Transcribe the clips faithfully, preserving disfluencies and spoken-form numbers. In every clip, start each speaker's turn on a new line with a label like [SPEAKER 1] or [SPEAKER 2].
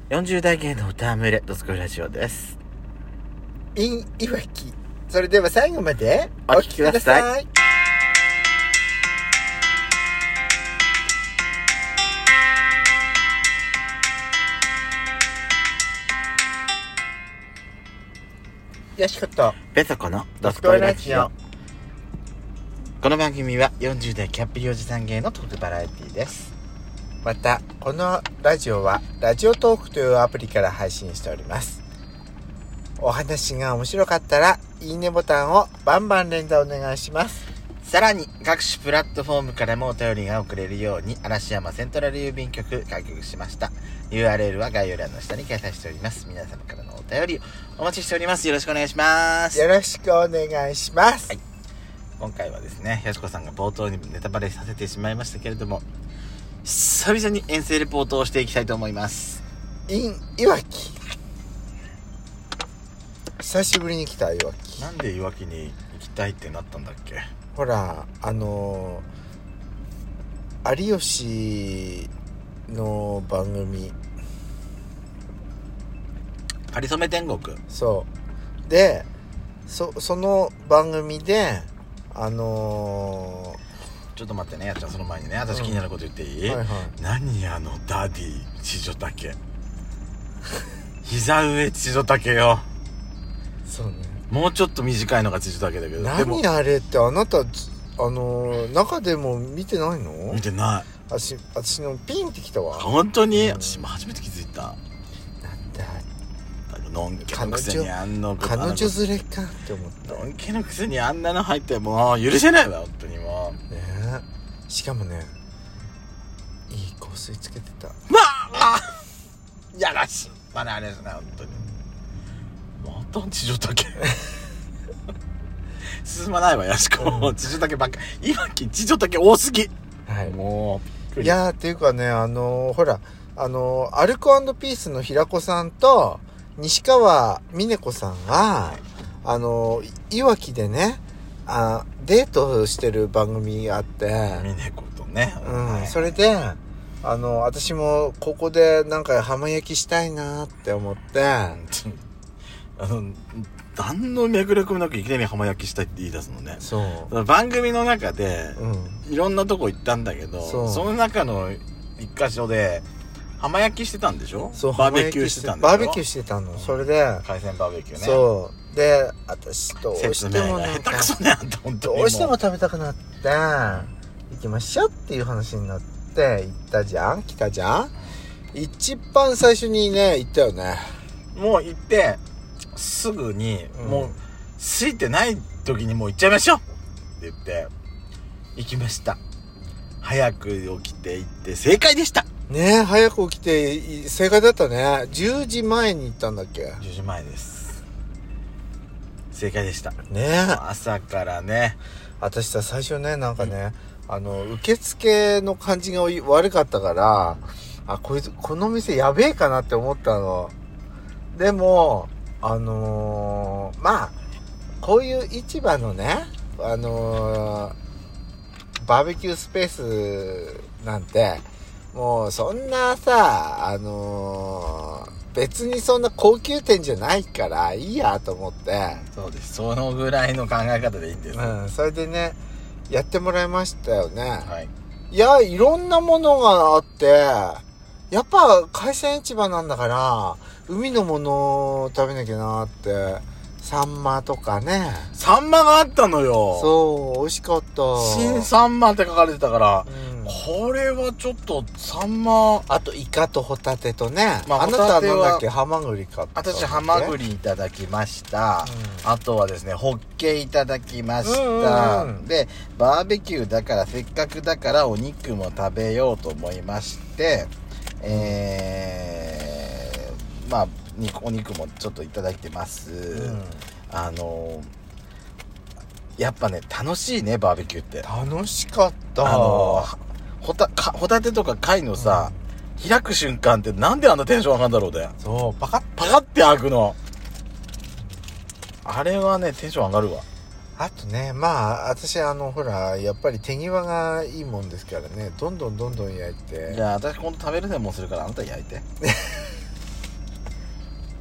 [SPEAKER 1] よんじゅう代芸の歌群れドスコイラジオです。
[SPEAKER 2] in いわき。それでは最後まで
[SPEAKER 1] お聞きください。
[SPEAKER 2] よしこと
[SPEAKER 1] ペソコのドスコイラジオ。この番組はよんじゅう代キャッピリおじさん芸のトークバラエティです。
[SPEAKER 2] またこのラジオはラジオトークというアプリから配信しております。お話が面白かったらいいねボタンをバンバン連打お願いします。
[SPEAKER 1] さらに各種プラットフォームからもお便りが送れるように嵐山セントラル郵便局開局しました。 ユーアールエル は概要欄の下に掲載しております。皆様からのお便りお待ちしております。よろしくお願いします。
[SPEAKER 2] よろしくお願いします、
[SPEAKER 1] はい、今回はですね、よしこさんが冒頭にネタバレさせてしまいましたけれども、久々に遠征レポートをしていきたいと思います。
[SPEAKER 2] in いわき。久しぶりに来たいわき。
[SPEAKER 1] なんでいわきに行きたいってなったんだっけ。
[SPEAKER 2] ほらあのー、有吉の番組
[SPEAKER 1] かりそめ天国。
[SPEAKER 2] そうで そ, その番組であの
[SPEAKER 1] ー、ちょっと待ってね、やっちゃん、その前にね、私気になること言っていい、
[SPEAKER 2] うんはいはい、
[SPEAKER 1] 何あのダディ地女丈膝上地女丈よ。
[SPEAKER 2] そうね、
[SPEAKER 1] もうちょっと短いのが地女丈だけど。
[SPEAKER 2] 何あれってあなたあのー、中でも見てないの？
[SPEAKER 1] 見てない。
[SPEAKER 2] 私私のピンってきたわ。
[SPEAKER 1] 本当に、
[SPEAKER 2] うん、
[SPEAKER 1] 私も初めて気づいた。
[SPEAKER 2] なんだ
[SPEAKER 1] のんけのくせにあんの
[SPEAKER 2] 彼女連れかって思った。
[SPEAKER 1] のんけのくせにあんなの入ってもう許せないわ本当にもう
[SPEAKER 2] ねえ。しかもね、いい香水つけてた。
[SPEAKER 1] まあやらしいまだあれですね本当に。また地女丈進まないわやしこ、うん、地女丈ばっかり。今地女丈多すぎ。
[SPEAKER 2] はい、
[SPEAKER 1] もう
[SPEAKER 2] いやーっていうかね、あのー、ほらあのー、アルコ&ピースの平子さんと西川美音子さんが、はい、あのー、いわきでねあデートしてる番組があって、
[SPEAKER 1] 美音子とね、
[SPEAKER 2] うん、
[SPEAKER 1] はい、
[SPEAKER 2] それであの私もここでなんか浜焼きしたいなって思ってあ
[SPEAKER 1] の何の脈絡もなくいきなり浜焼きしたいって言い出すのね。
[SPEAKER 2] そう
[SPEAKER 1] 番組の中で、うん、いろんなとこ行ったんだけど そ, その中の一箇所で浜焼きしてたんでしょ。
[SPEAKER 2] そう
[SPEAKER 1] バーベキューしてたんでしょ。
[SPEAKER 2] バーベキューしてたの、うん、それで
[SPEAKER 1] 海鮮バーベキューね。
[SPEAKER 2] そうで私どうしてもなんか
[SPEAKER 1] 下手くそねあんた本当に
[SPEAKER 2] どうしても食べたくなって行きましょうっていう話になって行ったじゃん来たじゃん。一番最初にね行ったよね。
[SPEAKER 1] もう行ってすぐに、うん、もう空いてない時にもう行っちゃいましょうって言って行きました。早く起きて行って正解でした
[SPEAKER 2] ね。え早く起きて正解だったね。じゅうじまえに行ったんだっけ。
[SPEAKER 1] じゅうじまえです。正解でした
[SPEAKER 2] ね。
[SPEAKER 1] 朝からね。
[SPEAKER 2] 私さ最初ねなんかね、うん、あの受付の感じが悪かったからあこいつこの店やべえかなって思ったの。でもあのー、まあこういう市場のねあのー、バーベキュースペースなんてもうそんなさあのー、別にそんな高級店じゃないからいいやと思って。
[SPEAKER 1] そうです、そのぐらいの考え方でいいんです。
[SPEAKER 2] うん、それでねやってもらいましたよね。
[SPEAKER 1] はい。
[SPEAKER 2] いやいろんなものがあってやっぱ海鮮市場なんだから海のものを食べなきゃなって。サンマとかね。
[SPEAKER 1] サンマがあったのよ。
[SPEAKER 2] そう美味しかった。
[SPEAKER 1] 新サンマって書かれてたから、
[SPEAKER 2] うん、
[SPEAKER 1] これはちょっとサンマ。
[SPEAKER 2] あとイカとホタテとね、
[SPEAKER 1] まあ、
[SPEAKER 2] あなたはなんだっけハマグリか。
[SPEAKER 1] 私ハマグリいただきました、うん、あとはですねホッケいただきました、うんうんうん、でバーベキューだからせっかくだからお肉も食べようと思いまして、えー、まあお肉もちょっといただいてます、うん、あのやっぱね楽しいねバーベキューって。
[SPEAKER 2] 楽しかった。
[SPEAKER 1] あのホタかホタテとか貝のさ、うん、開く瞬間ってなんであんなテンション上がるんだろうで。
[SPEAKER 2] そうパカッ
[SPEAKER 1] パカッて開くのあれはねテンション上がるわ。
[SPEAKER 2] あとねまあ私あのほらやっぱり手際がいいもんですからねどんどんどんどん焼いて。
[SPEAKER 1] じゃあ私今度食べるでもするからあなた焼いて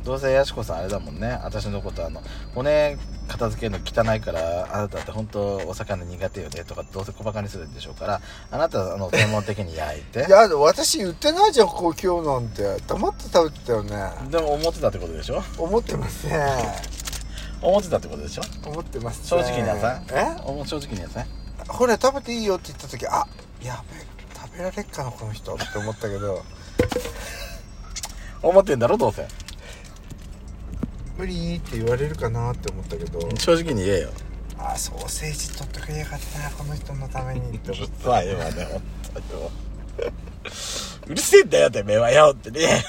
[SPEAKER 1] どうせやしこさんあれだもんね、私のことあの骨片付けるの汚いからあなたって本当お魚苦手よねとかどうせ小バカにするんでしょうから、あなたはあの専門的に焼いて
[SPEAKER 2] いや私言ってないじゃんこう今日なんて黙って食べてたよね。
[SPEAKER 1] でも思ってたってことでしょ。
[SPEAKER 2] 思ってません
[SPEAKER 1] 思ってたってことでしょ。
[SPEAKER 2] 思ってます
[SPEAKER 1] 正直になさい。
[SPEAKER 2] え
[SPEAKER 1] 正直になさい。
[SPEAKER 2] ほら食べていいよって言った時あやべえ食べられっかなこの人って思ったけど
[SPEAKER 1] 思ってんだろどうせ。
[SPEAKER 2] 無理って言われるかなって思ったけど
[SPEAKER 1] 正直に言えよ。
[SPEAKER 2] あソーセージ取ってくれやがったなこの人のためにって思った
[SPEAKER 1] さあ今ね本当にうるせえんだよてめえはよってね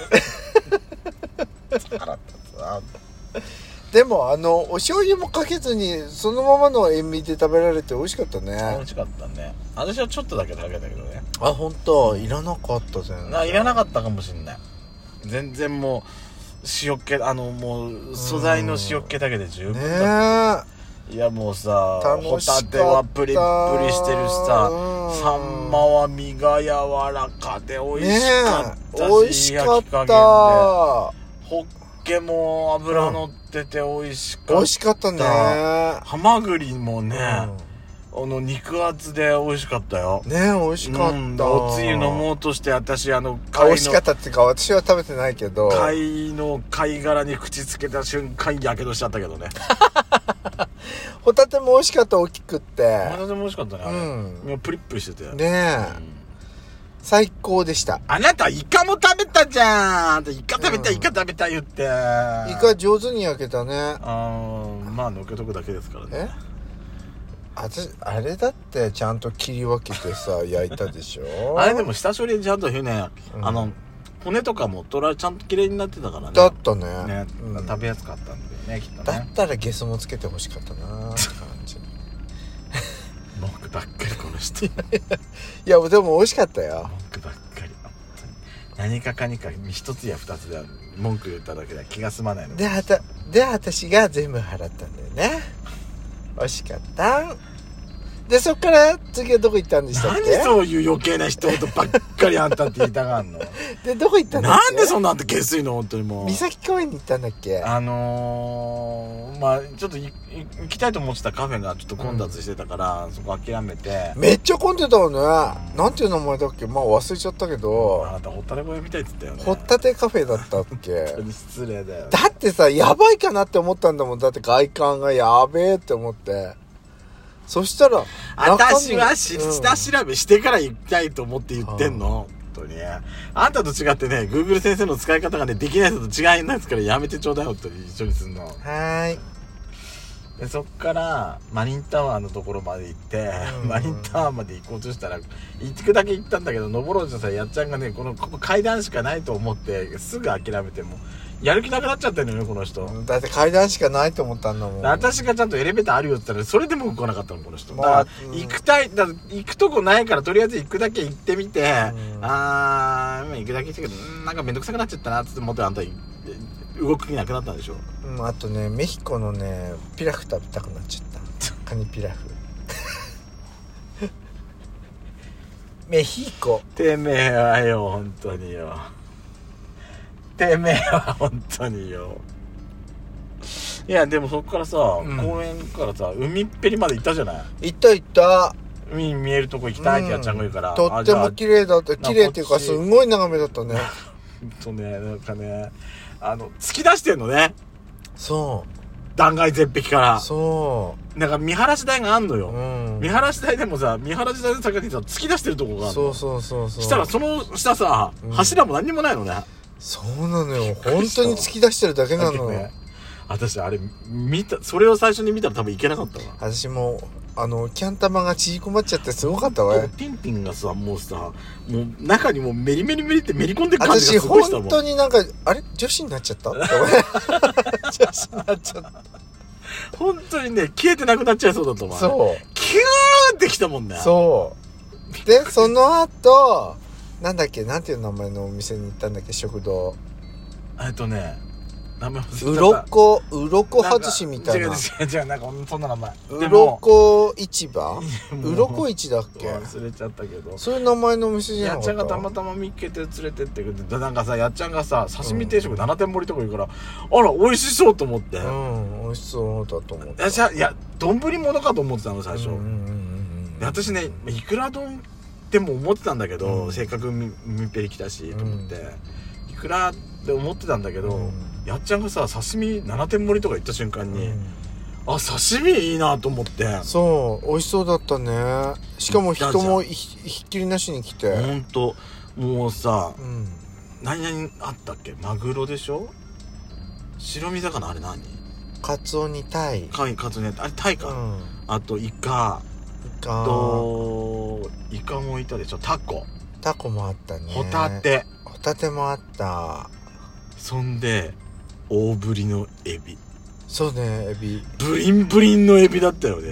[SPEAKER 1] 腹立つな。
[SPEAKER 2] でもあのお醤油もかけずにそのままの塩味で食べられて美味しかったね。
[SPEAKER 1] 美味しかったね。私はちょっとだけかけたけどね。
[SPEAKER 2] あ本当いらなかった全然。
[SPEAKER 1] ないらなかったかもしんない。全然もう塩気あのもう素材の塩気だけで十分だった。
[SPEAKER 2] ね
[SPEAKER 1] いやもうさホ
[SPEAKER 2] 楽しかった
[SPEAKER 1] タテはプリップリしてるしさ、サンマは身が柔らかで美味しかったし、
[SPEAKER 2] ね美味しかった。
[SPEAKER 1] 焼き加減でホッケも脂乗ってて美味しかった。
[SPEAKER 2] 美味しかったね。
[SPEAKER 1] ハマグリもね、
[SPEAKER 2] うん、
[SPEAKER 1] あの肉厚で美味しかったよ。
[SPEAKER 2] ね美味しかった、うん、
[SPEAKER 1] おつゆ飲もうとして私あの
[SPEAKER 2] 美味しかったっていうか私は食べてないけど
[SPEAKER 1] 貝の貝殻に口つけた瞬間やけどしちゃったけどね
[SPEAKER 2] ホタテも美味しかった大きくって
[SPEAKER 1] ホタテも美味しかったねあれ、うん、プリップリしてて
[SPEAKER 2] ねえ、うん、最高でした。
[SPEAKER 1] あなたイカも食べたじゃん。イカ食べたい、うん、イカ食べたい言ってイ
[SPEAKER 2] カ上手に焼けたね。
[SPEAKER 1] あまあのけとくだけですからね。
[SPEAKER 2] えあ, あれだってちゃんと切り分けてさ焼いたでしょ。
[SPEAKER 1] あれでも下処理ちゃんとね、うん、あの骨とかも取られちゃんと綺麗になってたからね。
[SPEAKER 2] だったね
[SPEAKER 1] ね、
[SPEAKER 2] うん、
[SPEAKER 1] 食べやすかったんだよねきっとね。
[SPEAKER 2] だったらゲソもつけてほしかったなって感じ
[SPEAKER 1] 文句ばっかりこの人い
[SPEAKER 2] やでも美味しかったよ。
[SPEAKER 1] 文句ばっかり何かかにか一つや二つで文句言っただけでは気が済まないの
[SPEAKER 2] ではたで私が全部払ったんだよね。美味しかった。でそっから次はどこ行ったんでしたっけ。
[SPEAKER 1] 何そういう余計な一言ばっかりあんたって言いたがんの
[SPEAKER 2] でどこ行ったんだっけ。
[SPEAKER 1] なんでそんなあんた下水の本当にもう。
[SPEAKER 2] 三崎公園に行ったんだっけ。
[SPEAKER 1] あのー、まあちょっと行きたいと思ってたカフェがちょっと混雑してたから、うん、そこ諦めて。
[SPEAKER 2] めっちゃ混んでたよね、うん、なんていう名前だっけ。まあ忘れちゃったけど、
[SPEAKER 1] あなたホッタテ小屋みたいって言ったよね。
[SPEAKER 2] ホッタテカフェだったっけ
[SPEAKER 1] 本当に失礼だよ、ね、
[SPEAKER 2] だってさやばいかなって思ったんだもん。だって外観がやべえって思って、そしたら
[SPEAKER 1] 私は下調べしてから行きたいと思って言ってんの、うん、本当にあんたと違ってね Google 先生の使い方がねできない人と違いないですからやめてちょうだい。本当に一緒にすんの。
[SPEAKER 2] はーい。
[SPEAKER 1] でそっからマリンタワーのところまで行って、うん、マリンタワーまで行こうとしたら行くだけ行ったんだけど登ろうとしたらやっちゃんがねこのここ階段しかないと思ってすぐ諦めてもやる気なくなっちゃってんのよこの人。
[SPEAKER 2] だって階段しかないと思ったんだもん。
[SPEAKER 1] 私がちゃんとエレベーターあるよって言ったらそれでも動かなかったのこの人。だから行くたいだから行くとこないからとりあえず行くだけ行ってみて、うん、あー行くだけ行ったけどなんかめんどくさくなっちゃったなって思ってあんた動く気なくなったんでしょ。
[SPEAKER 2] うん、あとねメヒコのねピラフ食べたくなっちゃったカニピラフメヒコ
[SPEAKER 1] てめえはよ本当によてめえは本当によ。いやでもそっからさ、うん、公園からさ海っぺりまで行ったじゃない。
[SPEAKER 2] 行った行った。
[SPEAKER 1] 海に見えるとこ行きたいってやっちゃんが言うから、うん、
[SPEAKER 2] とっても綺麗だった。綺麗っていうかすんごい眺めだったね
[SPEAKER 1] ほんとねなんかねあの突き出してんのね。
[SPEAKER 2] そう
[SPEAKER 1] 断崖絶壁から。
[SPEAKER 2] そう
[SPEAKER 1] なんか見晴らし台があんのよ、うん、見晴らし台でもさ見晴らし台の先にさ突き出してるとこがあるの。
[SPEAKER 2] そうそうそうそう。
[SPEAKER 1] したらその下さ、うん、柱も何にもないのね。
[SPEAKER 2] そうなのよ本当に突き出してるだけなのよ、ね、
[SPEAKER 1] 私あれ見たそれを最初に見たら多分いけなかったわ。
[SPEAKER 2] 私もあのキャン玉が縮こまっちゃってすごかったわ。
[SPEAKER 1] ピンピンがさもうさもう中にもうメリメリメリってめり込んでる感じがすごいしたもん。
[SPEAKER 2] 私本当になんかあれ女子になっちゃったって女子になっちゃった
[SPEAKER 1] 本当にね消えてなくなっちゃいそうだと思う。
[SPEAKER 2] そう
[SPEAKER 1] キューってきたもんね。
[SPEAKER 2] そうでその後なんだっけなんていう名前のお店に行ったんだっけ食堂。
[SPEAKER 1] えっとね名前忘れちゃった。
[SPEAKER 2] うろこうろこ外しみたいな。
[SPEAKER 1] 違う違う違う、なんかそんな名前。
[SPEAKER 2] うろこ市場うろこ市だっけ。
[SPEAKER 1] 忘れちゃったけど、
[SPEAKER 2] そういう名前のお店じゃなかった。
[SPEAKER 1] やっちゃんがたまたま見っけて連れてってくれて、なんかさ、やっちゃんがさ刺身定食ななてん盛りとか言うから、あら美味しそうと思って、
[SPEAKER 2] うん美味しそうだと思った。
[SPEAKER 1] いやいや丼物かと思ってたの最初、
[SPEAKER 2] うんうんうんうん、
[SPEAKER 1] で私ねいくら丼っても思ってたんだけど、
[SPEAKER 2] うん、
[SPEAKER 1] せっかくみみっぺり来たしと思って、うん、いくらって思ってたんだけど、うん、やっちゃんがさ刺身ななてん盛りとか言った瞬間に、うん、あ刺身いいなと思って。
[SPEAKER 2] そう美味しそうだったね。しかも人も ひ, ひっきりなしに来て、
[SPEAKER 1] ほんともうさ、
[SPEAKER 2] うん、
[SPEAKER 1] 何々あったっけ、マグロでしょ、白身魚あれ何、
[SPEAKER 2] カツオにタイ、
[SPEAKER 1] カイカツオにあれタイか、うん、あとイカ
[SPEAKER 2] イカ
[SPEAKER 1] とイカもいたでしょ、タコ
[SPEAKER 2] タコもあったね、
[SPEAKER 1] ホタテ
[SPEAKER 2] ホタテもあった。
[SPEAKER 1] そんで大ぶりのエビ、
[SPEAKER 2] そうねエビ
[SPEAKER 1] ブリンブリンのエビだったよね、
[SPEAKER 2] うん、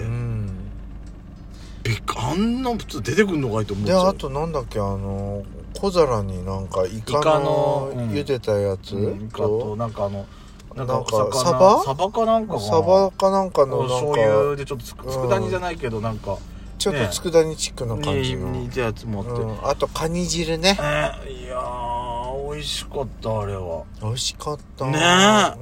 [SPEAKER 1] びっあんな普通出てくんのかいと思っちゃう。
[SPEAKER 2] であとなんだっけ、あの小皿になんかイカの茹でたやつ、
[SPEAKER 1] うん、イカとなんかあの
[SPEAKER 2] なんかサバ
[SPEAKER 1] サバかなんかが
[SPEAKER 2] サバかなんかのなんか
[SPEAKER 1] 醤油でちょっとつく佃煮じゃないけどなんか
[SPEAKER 2] ちょっと佃煮チックな感じの、
[SPEAKER 1] ね、似たやつもあって、
[SPEAKER 2] うん、あとカニ汁ね、
[SPEAKER 1] えー、いやー美味しかったあれは。
[SPEAKER 2] 美味しかった
[SPEAKER 1] ねえ、うん、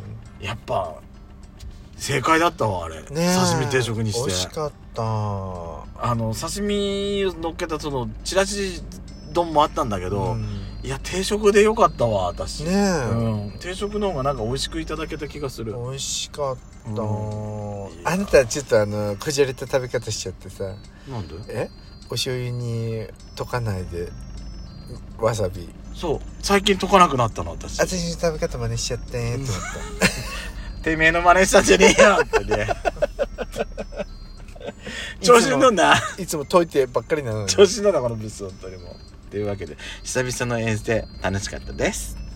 [SPEAKER 1] やっぱ正解だったわあれ、ね、刺身定食にして
[SPEAKER 2] 美味しかった。
[SPEAKER 1] あの刺身を乗っけたそのちらし丼もあったんだけど、うん、いや定食でよかったわ私ねえ、うん、定食の方がなんか美味しくいただけた気がする。
[SPEAKER 2] 美味しかった、うん、あなたちょっとあのこじゃれた食べ方しちゃってさ。 なんで？えお醤油に溶かないでわさび。
[SPEAKER 1] そう最近溶かなくなったの私。
[SPEAKER 2] 私の食べ方真似しちゃってーって思った
[SPEAKER 1] てめえの真似したんじゃねえよってね調子に乗んない
[SPEAKER 2] つも解いてばっかりなのに
[SPEAKER 1] 調子に乗んなこのブス本当にもう。というわけで久々の遠征楽しかったです。